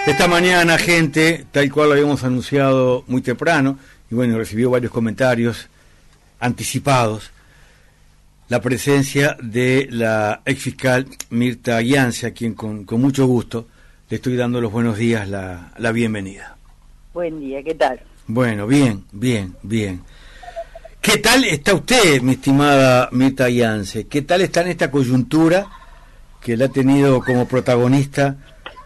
Esta mañana, gente, tal cual lo habíamos anunciado muy temprano, y bueno, recibió varios comentarios anticipados, la presencia de la exfiscal Mirta Ianse, a quien con mucho gusto le estoy dando los buenos días, la bienvenida. Buen día, ¿qué tal? Bueno, bien. ¿Qué tal está usted, mi estimada Mirta Ianse? ¿Qué tal está en esta coyuntura que la ha tenido como protagonista,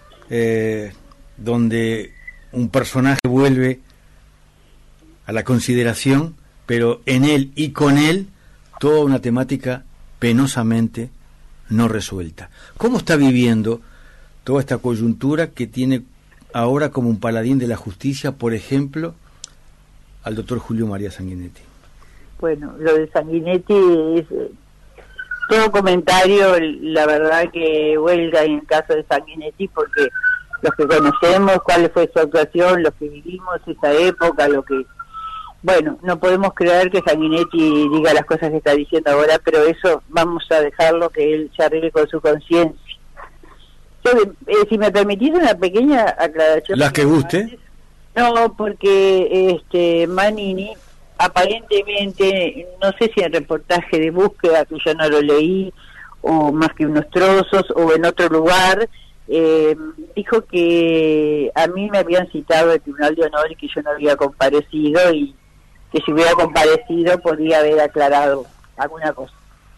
donde un personaje vuelve a la consideración, pero en él y con él toda una temática penosamente no resuelta? ¿Cómo está viviendo toda esta coyuntura que tiene ahora como un paladín de la justicia, por ejemplo, al doctor Julio María Sanguinetti? Bueno, lo de Sanguinetti es todo comentario, la verdad que huelga en el caso de Sanguinetti, porque los que conocemos cuál fue su actuación, los que vivimos esa época, bueno, no podemos creer que Sanguinetti diga las cosas que está diciendo ahora, pero eso vamos a dejarlo que él se arregle con su conciencia. Si me permitís una pequeña aclaración. Las que guste. No, porque Manini, aparentemente, no sé si en reportaje de búsqueda, que yo no lo leí, o más que unos trozos, o en otro lugar, dijo que a mí me habían citado al Tribunal de Honor y que yo no había comparecido, y que si hubiera comparecido podía haber aclarado alguna cosa.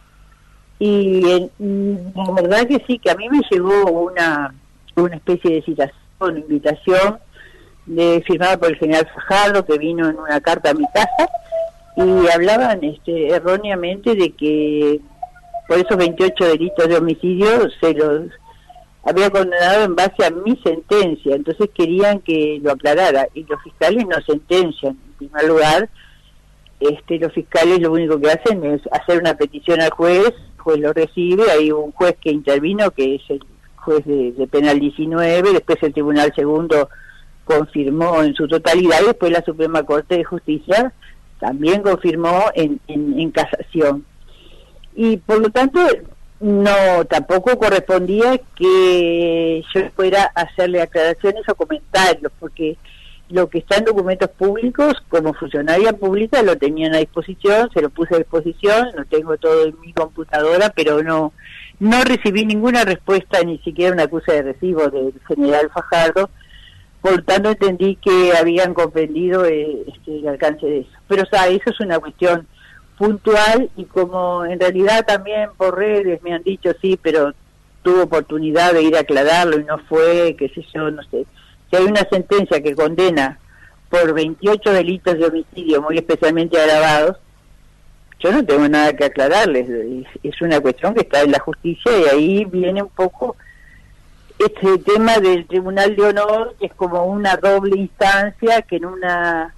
Y la verdad que sí, que a mí me llegó una especie de citación, una invitación firmada por el general Fajardo, que vino en una carta a mi casa, y hablaban erróneamente de que por esos 28 delitos de homicidio se los había condenado en base a mi sentencia, entonces querían que lo aclarara, y los fiscales no sentencian. En primer lugar, los fiscales lo único que hacen es hacer una petición al juez, el juez lo recibe, hay un juez que intervino, que es el juez de penal 19, después el tribunal segundo confirmó en su totalidad, y después la Suprema Corte de Justicia también confirmó en casación. Y por lo tanto, no, tampoco correspondía que yo fuera a hacerle aclaraciones o comentarios, porque lo que está en documentos públicos, como funcionaria pública, lo tenían a disposición, se lo puse a disposición, lo tengo todo en mi computadora, pero no recibí ninguna respuesta, ni siquiera una acusa de recibo del general Fajardo. Por lo tanto, entendí que habían comprendido el alcance de eso. Pero, eso es una cuestión puntual, y como en realidad también por redes me han dicho, sí, pero tuvo oportunidad de ir a aclararlo y no fue, qué sé yo, no sé. Si hay una sentencia que condena por 28 delitos de homicidio, muy especialmente agravados, yo no tengo nada que aclararles. Es una cuestión que está en la justicia, y ahí viene un poco este tema del Tribunal de Honor, que es como una doble instancia, que en una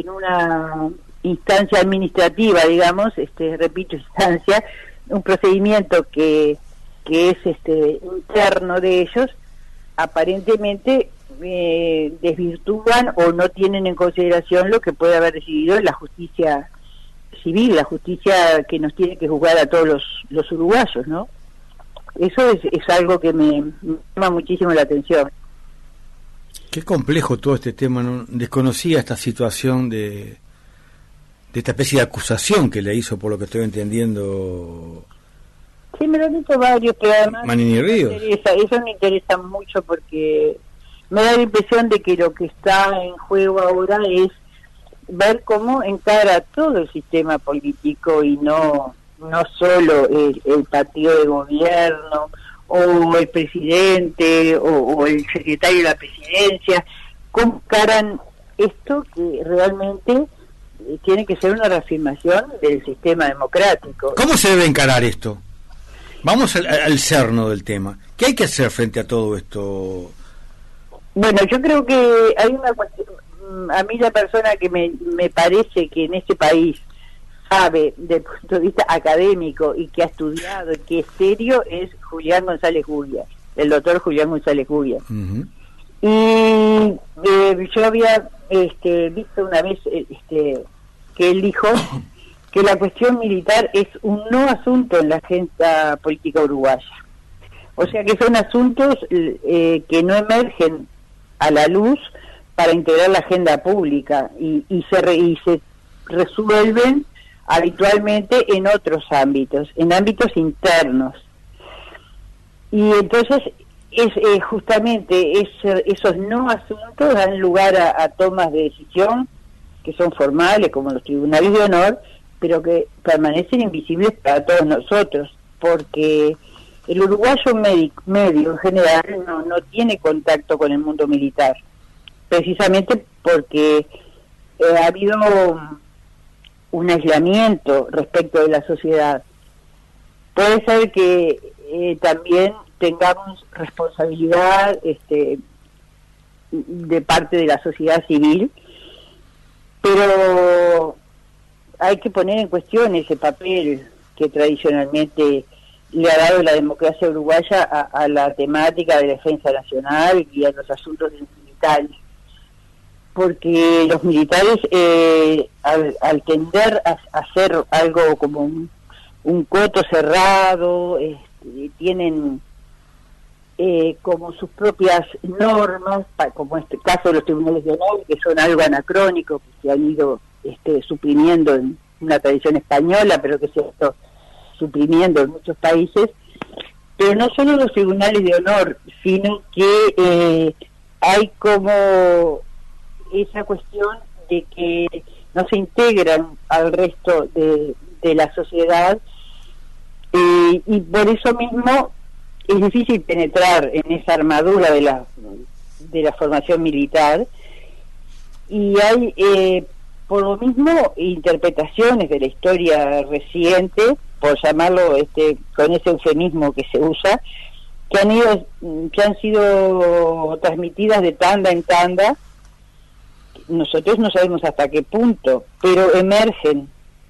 instancia administrativa, digamos, repito, instancia, un procedimiento que es interno de ellos, aparentemente desvirtúan o no tienen en consideración lo que puede haber decidido la justicia civil, la justicia que nos tiene que juzgar a todos los uruguayos, ¿no? Eso es algo que me llama muchísimo la atención. Qué complejo todo este tema, ¿no? Desconocía esta situación de esta especie de acusación que le hizo, por lo que estoy entendiendo. Sí, me lo han dicho varios, pero además Manini Ríos. Eso me interesa mucho, porque me da la impresión de que lo que está en juego ahora es ver cómo encara todo el sistema político, y no solo el partido de gobierno o el presidente o el secretario de la presidencia, cómo encaran esto, que realmente tiene que ser una reafirmación del sistema democrático. ¿Cómo se debe encarar esto? Vamos al cerno del tema. ¿Qué hay que hacer frente a todo esto? Bueno, yo creo que hay una cuestión. A mí, la persona que me parece que en este país sabe desde el punto de vista académico y que ha estudiado y que es serio, es Julián González Guya, el doctor Julián González Guya. Uh-huh. Y yo había visto una vez que él dijo que la cuestión militar es un no asunto en la agenda política uruguaya. O sea que son asuntos que no emergen a la luz para integrar la agenda pública y se resuelven habitualmente en otros ámbitos, en ámbitos internos. Y entonces justamente esos no asuntos dan lugar a tomas de decisión que son formales, como los tribunales de honor, pero que permanecen invisibles para todos nosotros, porque el uruguayo medio en general no tiene contacto con el mundo militar, precisamente porque ha habido un aislamiento respecto de la sociedad. Puede ser que también tengamos responsabilidad de parte de la sociedad civil, pero hay que poner en cuestión ese papel que tradicionalmente le ha dado la democracia uruguaya a la temática de defensa nacional y a los asuntos militares, porque los militares al tender a hacer algo como un coto cerrado, tienen como sus propias normas, como este caso de los tribunales de honor, que son algo anacrónico, que se han ido suprimiendo en una tradición española, pero que se ha ido suprimiendo en muchos países. Pero no solo los tribunales de honor, sino que hay como esa cuestión de que no se integran al resto de la sociedad, y por eso mismo es difícil penetrar en esa armadura de la formación militar, y hay por lo mismo interpretaciones de la historia reciente, por llamarlo con ese eufemismo que se usa, que han sido transmitidas de tanda en tanda. Nosotros no sabemos hasta qué punto, pero emergen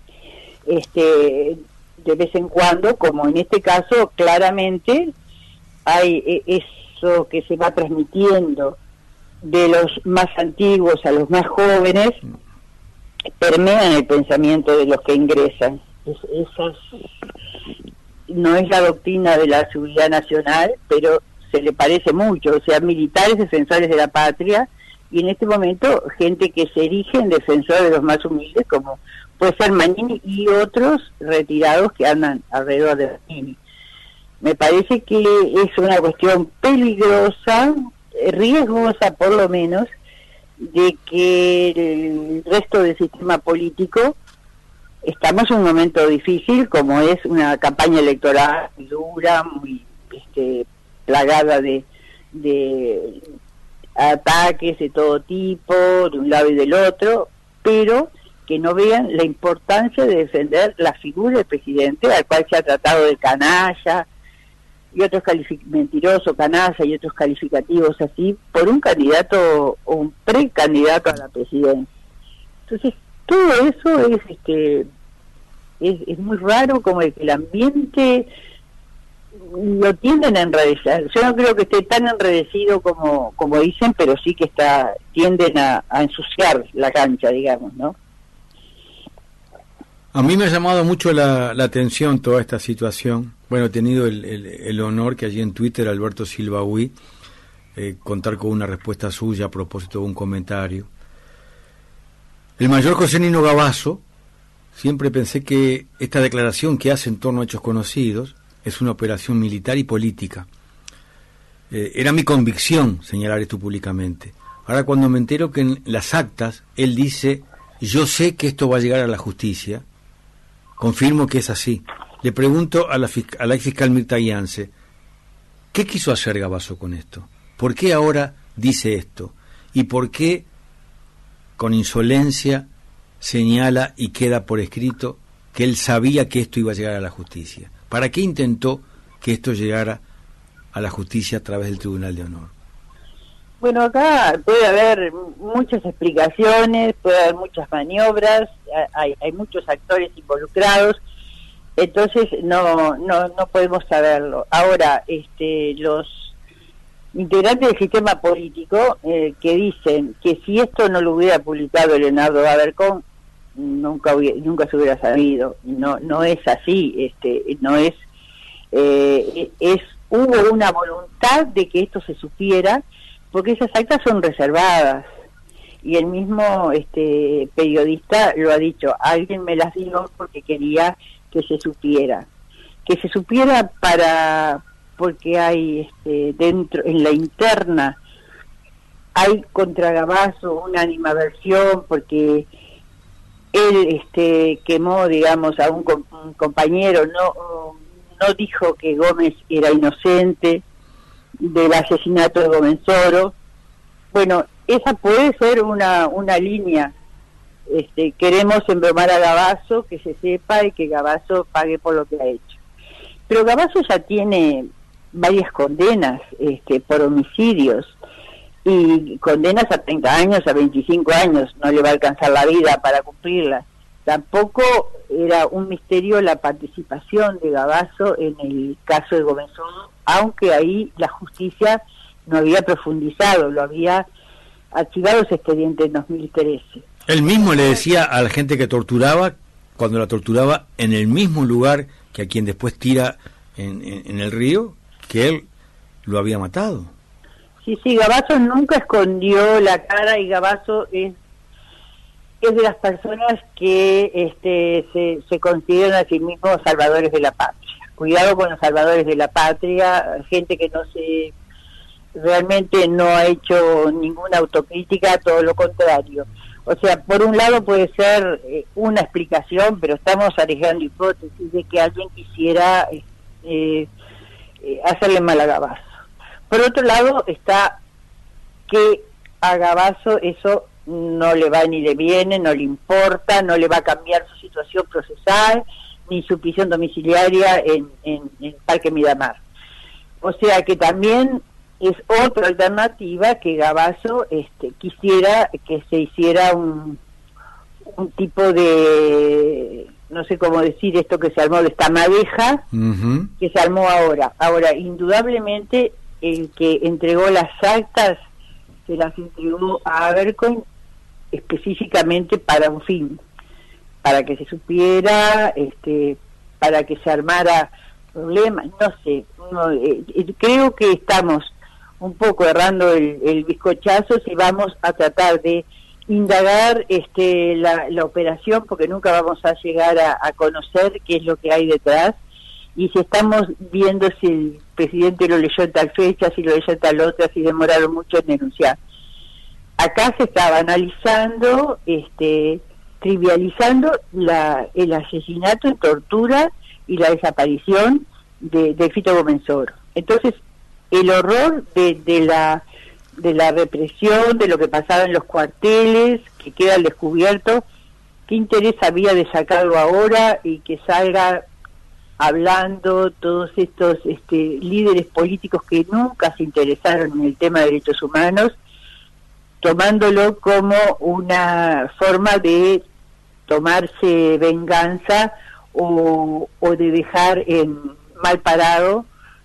de vez en cuando, como en este caso, claramente hay eso que se va transmitiendo de los más antiguos a los más jóvenes, permean el pensamiento de los que ingresan. No es la doctrina de la seguridad nacional, pero se le parece mucho, o sea, militares defensores de la patria, y en este momento gente que se erige en defensor de los más humildes, como puede ser Manini y otros retirados que andan alrededor de Manini. Me parece que es una cuestión peligrosa, riesgosa por lo menos, de que el resto del sistema político, estamos en un momento difícil, como es una campaña electoral muy dura, muy plagada de ataques de todo tipo, de un lado y del otro, pero que no vean la importancia de defender la figura del presidente, al cual se ha tratado de canalla y otros mentiroso, canalla y otros calificativos así, por un candidato o un precandidato a la presidencia. Entonces, todo eso es muy raro, como que el ambiente lo tienden a enredecer. Yo no creo que esté tan enredecido como dicen, pero sí que tienden a ensuciar la cancha, digamos, ¿no? A mí me ha llamado mucho la atención toda esta situación. Bueno, he tenido el honor que allí en Twitter Alberto Silva Huy contar con una respuesta suya a propósito de un comentario. El mayor José Nino Gavazo, siempre pensé que esta declaración que hace en torno a hechos conocidos es una operación militar y política. Era mi convicción señalar esto públicamente. Ahora, cuando me entero que en las actas él dice, yo sé que esto va a llegar a la justicia, confirmo que es así. Le pregunto a la ex fiscal Mirta Ianse, ¿qué quiso hacer Gavazo con esto? ¿Por qué ahora dice esto? ¿Y por qué con insolencia señala y queda por escrito que él sabía que esto iba a llegar a la justicia? ¿Para qué intentó que esto llegara a la justicia a través del Tribunal de Honor? Bueno, acá puede haber muchas explicaciones, puede haber muchas maniobras, hay muchos actores involucrados, entonces no podemos saberlo. Ahora, los integrantes del sistema político que dicen que si esto no lo hubiera publicado Leonardo Abercón, nunca se hubiera sabido. No es así, no es, hubo una voluntad de que esto se supiera, porque esas actas son reservadas. Y el mismo periodista lo ha dicho, alguien me las dio porque quería que se supiera porque hay dentro, en la interna, hay contra Gavazo una animadversión porque él quemó, digamos, a un compañero, no dijo que Gómez era inocente del asesinato de Gomenzoro. Bueno, esa puede ser una línea. Queremos embromar a Gavazo, que se sepa y que Gavazo pague por lo que ha hecho. Pero Gavazo ya tiene varias condenas por homicidios, y condenas a 30 años, a 25 años, no le va a alcanzar la vida para cumplirlas. Tampoco era un misterio la participación de Gavazo en el caso de Gomenzoro, aunque ahí la justicia no había profundizado, lo había archivado ese expediente en 2013. Él mismo le decía a la gente que torturaba, cuando la torturaba en el mismo lugar que a quien después tira en el río, que él lo había matado. Sí, Gavazo nunca escondió la cara, y Gavazo es de las personas que se consideran a sí mismos salvadores de la patria. Cuidado con los salvadores de la patria, gente que realmente no ha hecho ninguna autocrítica, todo lo contrario. O sea, por un lado puede ser una explicación, pero estamos arriesgando hipótesis de que alguien quisiera hacerle mal a Gavazo. Por otro lado está que a Gavazo eso no le va ni le viene, no le importa, no le va a cambiar su situación procesal, ni su prisión domiciliaria en Parque Miramar. O sea que también es otra alternativa que Gavazo quisiera que se hiciera un tipo de, no sé cómo decir esto que se armó, de esta madeja que se armó ahora. Ahora, indudablemente, el que entregó las actas se las entregó a Abercoin específicamente para un fin, para que se supiera, para que se armara problemas, no sé, creo que estamos un poco errando el bizcochazo si vamos a tratar de indagar la operación, porque nunca vamos a llegar a conocer qué es lo que hay detrás, y si estamos viendo si el presidente lo leyó en tal fecha, si lo leyó en tal otra, si demoraron mucho en denunciar. Acá se estaba analizando, trivializando el asesinato y tortura y la desaparición de Fito Gomenzoro. Entonces, el horror de la represión, de lo que pasaba en los cuarteles, que queda al descubierto, ¿qué interés había de sacarlo ahora y que salga hablando todos estos líderes políticos que nunca se interesaron en el tema de derechos humanos, tomándolo como una forma de tomarse venganza o de dejar en mal parado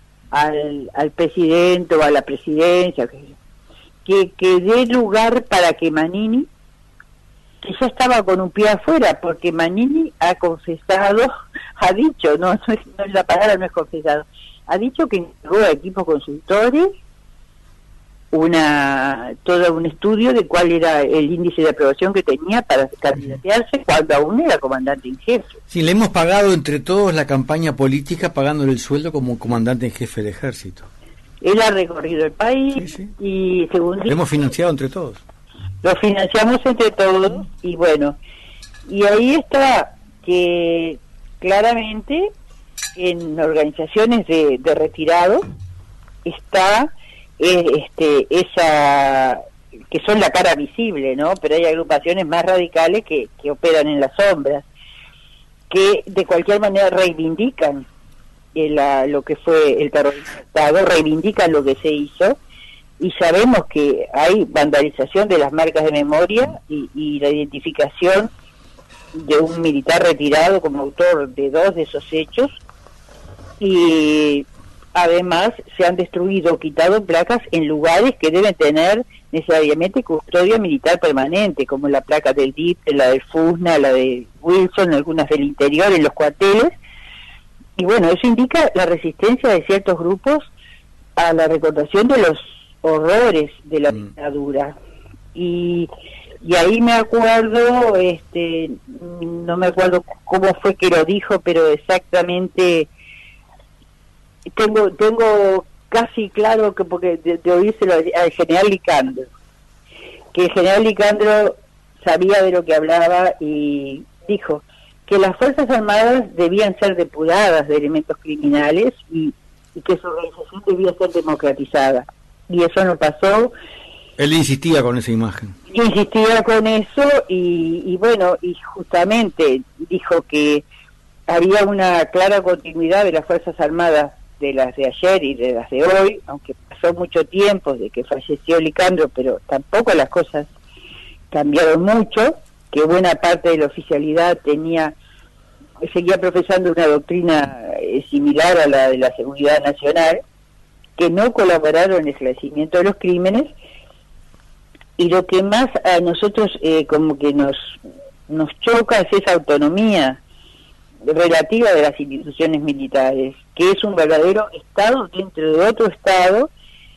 al presidente o a la presidencia, que dé lugar para que Manini, que ya estaba con un pie afuera, porque Manini ha confesado, ha dicho, no es la palabra, no es confesado, ha dicho que entregó a equipos consultores todo un estudio de cuál era el índice de aprobación que tenía para candidatearse cuando aún era comandante en jefe. Sí, le hemos pagado entre todos la campaña política pagándole el sueldo como comandante en jefe del ejército. Él ha recorrido el país, sí. Y según lo hemos financiado entre todos. Lo financiamos entre todos, y bueno, y ahí está que claramente en organizaciones de retirados está esa, que son la cara visible, ¿no? Pero hay agrupaciones más radicales que operan en las sombras, que de cualquier manera reivindican lo que fue el terrorismo de Estado, reivindican lo que se hizo, y sabemos que hay vandalización de las marcas de memoria y la identificación de un militar retirado como autor de 2 de esos hechos, y además se han destruido o quitado placas en lugares que deben tener necesariamente custodia militar permanente, como la placa del DIP, la del FUSNA, la de Wilson, algunas del interior, en los cuarteles. Y bueno, eso indica la resistencia de ciertos grupos a la recordación de los horrores de la dictadura. Y ahí me acuerdo, no me acuerdo cómo fue que lo dijo, pero exactamente tengo casi claro que, porque de oírselo al general Licandro, que el general Licandro sabía de lo que hablaba y dijo que las Fuerzas Armadas debían ser depuradas de elementos criminales y que su organización debía ser democratizada. Y eso no pasó. Él insistía con esa imagen. Insistía con eso y bueno, y justamente dijo que había una clara continuidad de las Fuerzas Armadas, de las de ayer y de las de hoy, aunque pasó mucho tiempo desde que falleció Licandro, pero tampoco las cosas cambiaron mucho, que buena parte de la oficialidad seguía profesando una doctrina similar a la de la seguridad nacional, que no colaboraron en el esclarecimiento de los crímenes. Y lo que más a nosotros como que nos choca es esa autonomía relativa de las instituciones militares, que es un verdadero Estado dentro de otro Estado,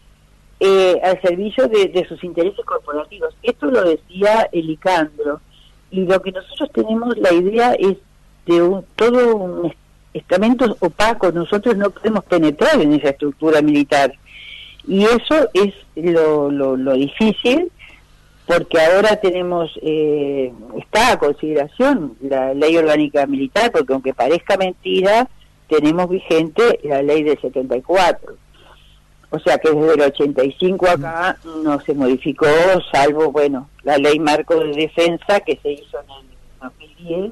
al servicio de sus intereses corporativos. Esto lo decía Licandro, y lo que nosotros tenemos la idea es de todo un estamento opaco. Nosotros no podemos penetrar en esa estructura militar, y eso es lo difícil, porque ahora tenemos, está a consideración la ley orgánica militar, porque aunque parezca mentira, tenemos vigente la ley del 74. O sea que desde el 85 acá no se modificó, salvo, bueno, la ley marco de defensa que se hizo en el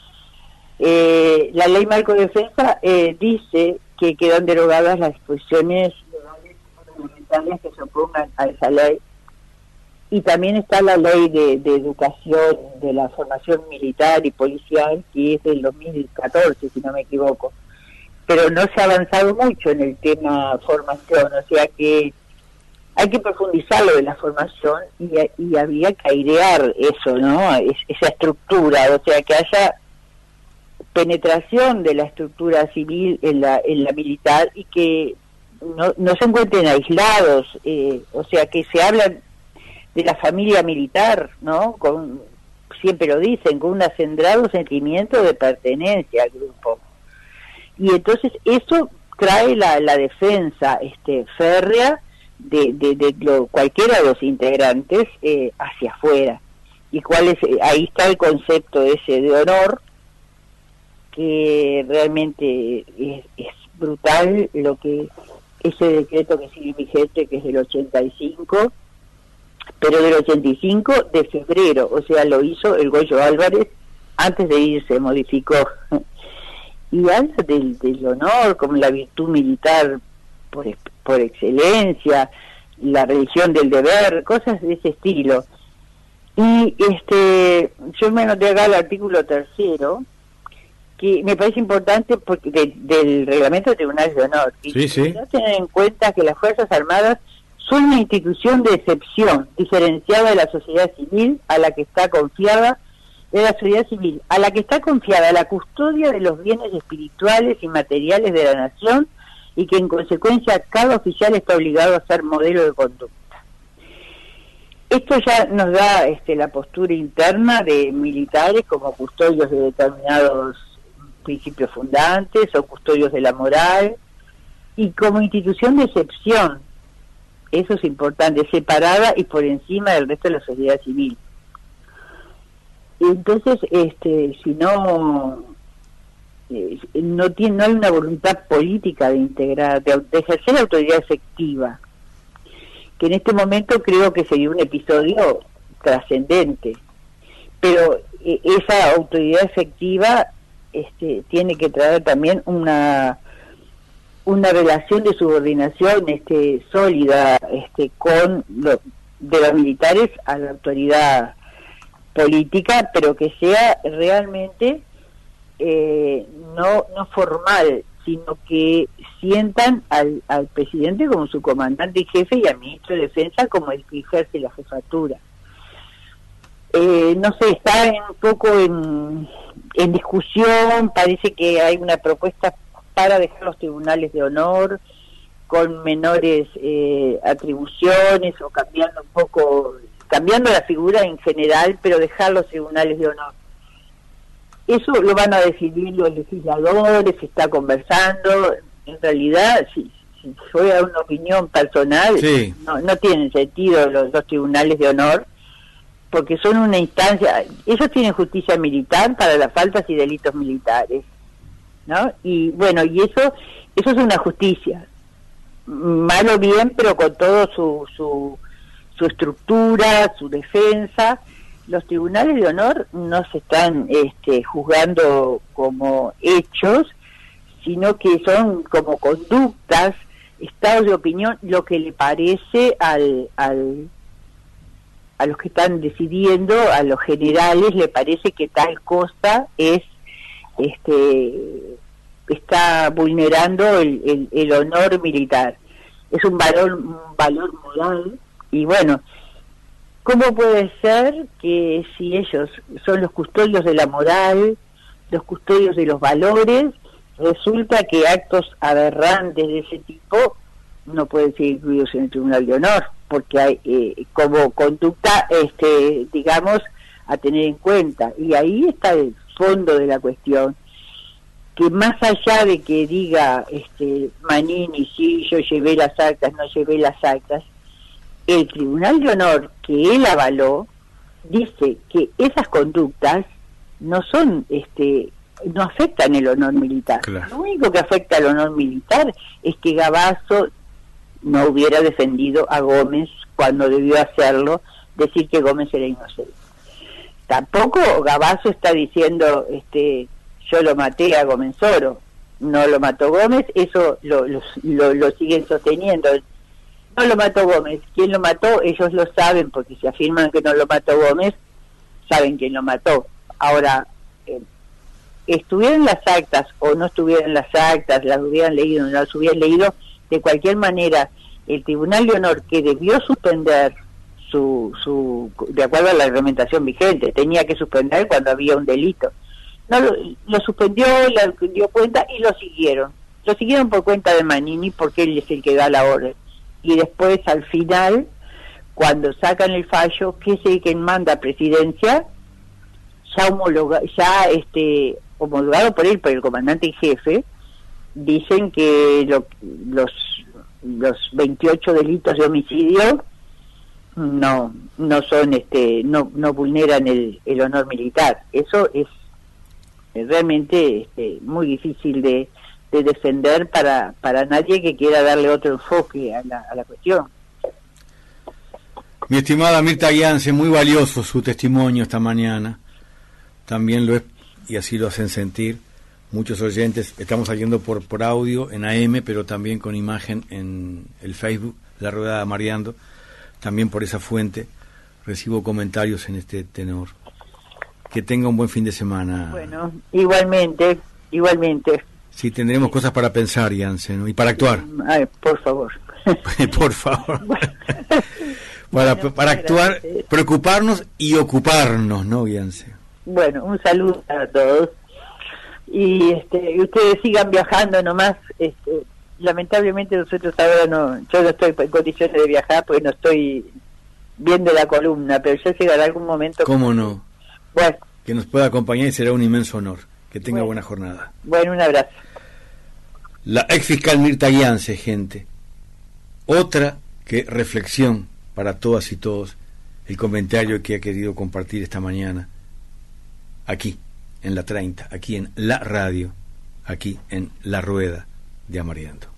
2010. La ley marco de defensa dice que quedan derogadas las disposiciones legales fundamentales que se opongan a esa ley. Y también está la ley de educación, de la formación militar y policial, que es del 2014, si no me equivoco. Pero no se ha avanzado mucho en el tema formación, o sea que hay que profundizar lo de la formación y habría que airear eso, ¿no? Esa estructura, o sea que haya penetración de la estructura civil en la militar y que no se encuentren aislados, o sea que se hablan de la familia militar, ¿no? Siempre lo dicen, con un acendrado sentimiento de pertenencia al grupo. Y entonces eso trae la defensa férrea de cualquiera de los integrantes hacia afuera. Y ahí está el concepto ese de honor, que realmente es brutal, lo que ese decreto que sigue vigente, que es del 85, pero del 85 de febrero, o sea, lo hizo el Goyo Álvarez antes de irse, modificó. Y habla del honor como la virtud militar por excelencia, la religión del deber, cosas de ese estilo. Y yo me anoté acá el artículo 3º, que me parece importante porque del reglamento de tribunales de honor. Sí, sí. Tener en cuenta que las Fuerzas Armadas son una institución de excepción, diferenciada de la sociedad civil, a la que está confiada la custodia de los bienes espirituales y materiales de la nación, y que en consecuencia cada oficial está obligado a ser modelo de conducta. Esto ya nos da la postura interna de militares como custodios de determinados principios fundantes o custodios de la moral, y como institución de excepción. Eso es importante, separada y por encima del resto de la sociedad civil. Entonces, si no hay una voluntad política de integrar, de ejercer autoridad efectiva, que en este momento creo que sería un episodio trascendente, pero esa autoridad efectiva tiene que traer también una relación de subordinación sólida de los militares a la autoridad política, pero que sea realmente no formal, sino que sientan al presidente como su comandante y jefe y al ministro de Defensa como el que ejerce la jefatura. No sé, está un poco en discusión, parece que hay una propuesta para dejar los tribunales de honor con menores atribuciones o cambiando un poco, cambiando la figura en general, pero dejar los tribunales de honor. Eso lo van a decidir los legisladores, se está conversando. En realidad, si fuera una opinión personal, sí, no tienen sentido los tribunales de honor, porque son una instancia, ellos tienen justicia militar para las faltas y delitos militares, ¿no? Y bueno, y eso es una justicia, mal o bien, pero con todo su estructura, su defensa. Los tribunales de honor no se están juzgando como hechos, sino que son como conductas, estados de opinión, lo que le parece a los que están decidiendo, a los generales, le parece que tal cosa es está vulnerando el honor militar. Es un valor moral. Y bueno, ¿cómo puede ser que si ellos son los custodios de la moral, los custodios de los valores, resulta que actos aberrantes de ese tipo no pueden ser incluidos en el Tribunal de Honor? Porque hay como conducta, digamos, a tener en cuenta. Y ahí está el fondo de la cuestión, que más allá de que diga Manini, sí, yo llevé las actas, no llevé las actas, el Tribunal de Honor que él avaló dice que esas conductas no son, no afectan el honor militar. Claro. Lo único que afecta al honor militar es que Gavazo no hubiera defendido a Gómez cuando debió hacerlo, decir que Gómez era inocente. Tampoco Gavazo está diciendo, yo lo maté a Gómez Oro, no lo mató Gómez, eso lo siguen sosteniendo. No lo mató Gómez. ¿Quién lo mató? Ellos lo saben, porque si afirman que no lo mató Gómez, saben quién lo mató. Ahora, estuvieran las actas o no estuvieran las actas, las hubieran leído o no las hubieran leído, de cualquier manera, el Tribunal de Honor, que debió suspender de acuerdo a la reglamentación vigente, tenía que suspender cuando había un delito. No lo suspendió, le dio cuenta y lo siguieron. Lo siguieron por cuenta de Manini, porque él es el que da la orden. Y después, al final, cuando sacan el fallo, que es el que manda a Presidencia, ya homologado por él, por el comandante en jefe, dicen que los 28 delitos de homicidio no son no vulneran el honor militar. Eso es realmente muy difícil de defender para nadie que quiera darle otro enfoque a la cuestión. Mi estimada Mirta Guiance, muy valioso su testimonio esta mañana. También lo es, y así lo hacen sentir muchos oyentes. Estamos saliendo por audio en AM, pero también con imagen en el Facebook, La Rueda de Amareando. También por esa fuente recibo comentarios en este tenor. Que tenga un buen fin de semana. Bueno, igualmente. Sí, tendremos cosas para pensar, Guiance, ¿no? Y para actuar. Ay, por favor. Por favor. Para actuar, preocuparnos y ocuparnos, ¿no, Guiance? Bueno, un saludo a todos. Y ustedes sigan viajando nomás. Lamentablemente nosotros ahora yo no estoy en condiciones de viajar porque no estoy viendo la columna, pero ya llegará algún momento. ¿Cómo no? Bueno. Que nos pueda acompañar y será un inmenso honor. Que tenga buena jornada. Bueno, un abrazo. La ex fiscal Mirta Guiance, gente. Otra que reflexión para todas y todos, el comentario que ha querido compartir esta mañana, aquí, en la 30, aquí en la radio, aquí en La Rueda de Amareando.